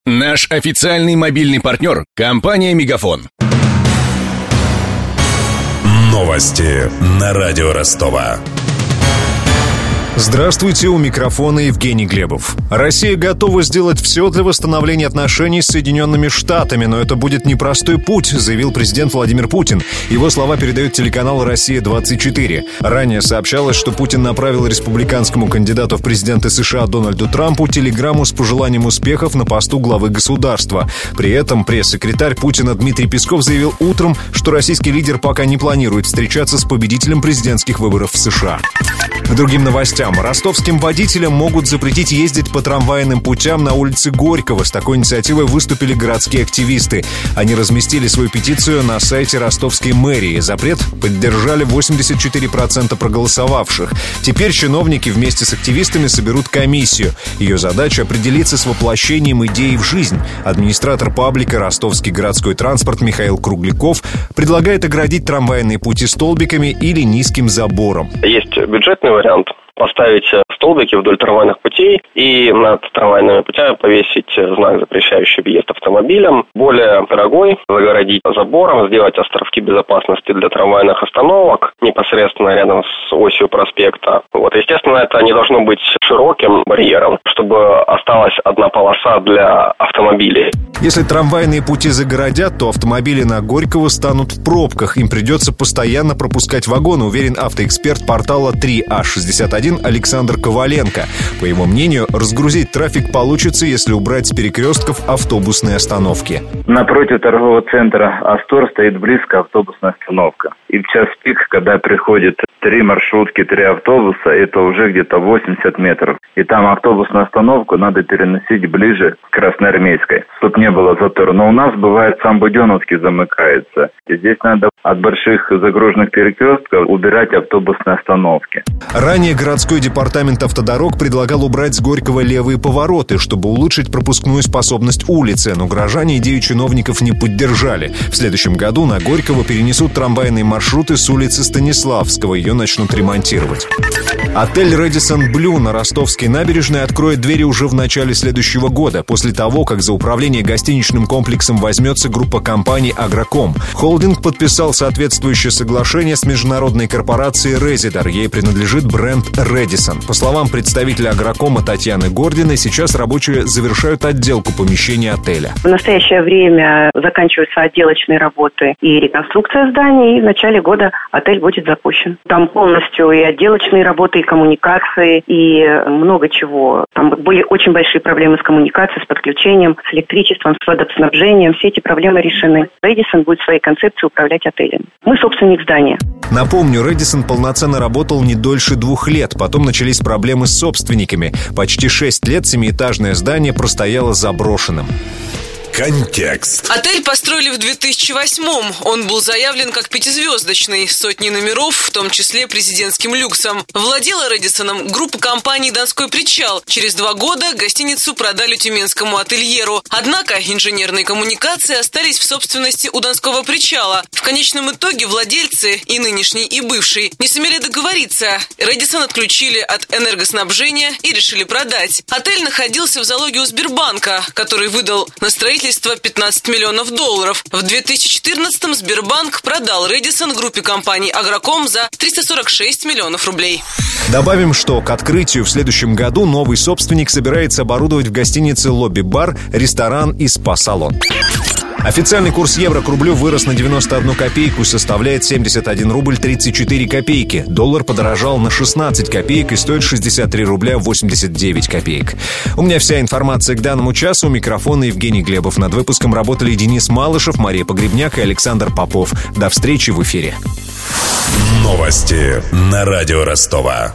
Наш официальный мобильный партнер – компания «Мегафон». Новости на радио Ростова. Здравствуйте, у микрофона Евгений Глебов. Россия готова сделать все для восстановления отношений с Соединенными Штатами, но это будет непростой путь, заявил президент Владимир Путин. Его слова передает телеканал «Россия-24». Ранее сообщалось, что Путин направил республиканскому кандидату в президенты США Дональду Трампу телеграмму с пожеланием успехов на посту главы государства. При этом пресс-секретарь Путина Дмитрий Песков заявил утром, что российский лидер пока не планирует встречаться с победителем президентских выборов в США. К другим новостям. Ростовским водителям могут запретить ездить по трамвайным путям на улице Горького. С такой инициативой выступили городские активисты. Они разместили свою петицию на сайте ростовской мэрии. Запрет поддержали 84% проголосовавших. Теперь чиновники вместе с активистами соберут комиссию. Ее задача — определиться с воплощением идеи в жизнь. Администратор паблика «Ростовский городской транспорт» Михаил Кругляков предлагает оградить трамвайные пути столбиками или низким забором. Есть бюджетный вариант — поставить столбики вдоль трамвайных путей и над трамвайными путями повесить знак, запрещающий въезд автомобилям. Более дорогой — загородить забором, сделать островки безопасности для трамвайных остановок непосредственно рядом с осью проспекта. Естественно, это не должно быть широким барьером, чтобы осталась одна полоса для автомобилей. Если трамвайные пути загородят, то автомобили на Горького станут в пробках. Им придется постоянно пропускать вагоны, уверен автоэксперт портала 3А61 Александр Коваленко. По его мнению, разгрузить трафик получится, если убрать с перекрестков автобусные остановки. Напротив торгового центра «Астор» стоит близко автобусная остановка. И в час пик, когда приходит 3 маршрутки, 3 автобуса, это уже где-то 80 метров. И там автобусную остановку надо переносить ближе к Красноармейской, чтобы не было затора. Но у нас бывает сам Буденновский замыкается. И здесь надо от больших загруженных перекрестков убирать автобусные остановки. Ранее городской департамент автодорог предлагал убрать с Горького левые повороты, чтобы улучшить пропускную способность улицы, но горожане идею чиновников не поддержали. В следующем году на Горького перенесут трамвайные маршруты с улицы Станиславского, ее начнут ремонтировать. Отель «Рэдиссон Блю» на Ростовской набережной откроет двери уже в начале следующего года, после того, как за управление гостиничным комплексом возьмется группа компаний «Агроком». Холдинг подписал соответствующее соглашение с международной корпорацией «Резидор». Ей принадлежит бренд «Рэдиссон». По словам представителя «Агрокома» Татьяны Гординой, сейчас рабочие завершают отделку помещения отеля. В настоящее время заканчиваются отделочные работы и реконструкция зданий, и в начале года отель будет запущен. Там полностью и отделочные работы, и коммуникации, и много чего. Там были очень большие проблемы с коммуникацией, с подключением, с электричеством, с водоснабжением. Все эти проблемы решены. «Рэдиссон» будет в своей концепции управлять отелем. Мы собственник здания. Напомню, «Рэдиссон» полноценно работал не дольше 2 лет. Потом начались проблемы с собственниками. Почти 6 лет 7-этажное здание простояло заброшенным. Контекст. Отель построили в 2008-м. Он был заявлен как 5-звездочный, с сотней номеров, в том числе президентским люксом. Владела «Рэдиссоном» группа компаний «Донской причал». Через 2 года гостиницу продали тюменскому ательеру. Однако инженерные коммуникации остались в собственности у Донского причала. В конечном итоге владельцы, и нынешний, и бывший, не сумели договориться. «Рэдиссон» отключили от энергоснабжения и решили продать. Отель находился в залоге у Сбербанка, который выдал на строительство 15 миллионов долларов. В 2014-м Сбербанк продал «Рэдиссон» группе компаний «Агроком» за 346 миллионов рублей. Добавим, что к открытию в следующем году новый собственник собирается оборудовать в гостинице лобби-бар, ресторан и спа-салон. Официальный курс евро к рублю вырос на 91 копейку и составляет 71 рубль 34 копейки. Доллар подорожал на 16 копеек и стоит 63 рубля 89 копеек. У меня вся информация к данному часу. У микрофона Евгений Глебов. Над выпуском работали Денис Малышев, Мария Погребняк и Александр Попов. До встречи в эфире. Новости на радио Ростова.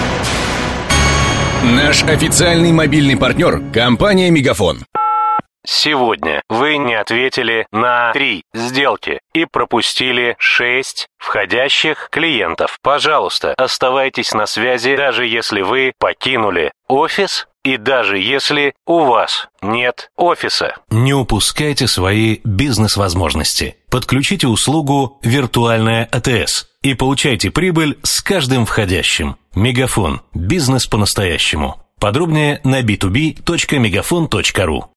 Наш официальный мобильный партнер – компания «Мегафон». Сегодня вы не ответили на 3 сделки и пропустили 6 входящих клиентов. Пожалуйста, оставайтесь на связи, даже если вы покинули офис и даже если у вас нет офиса. Не упускайте свои бизнес-возможности. Подключите услугу «Виртуальная АТС» и получайте прибыль с каждым входящим. Мегафон. Бизнес по-настоящему. Подробнее на b2b.megafon.ru.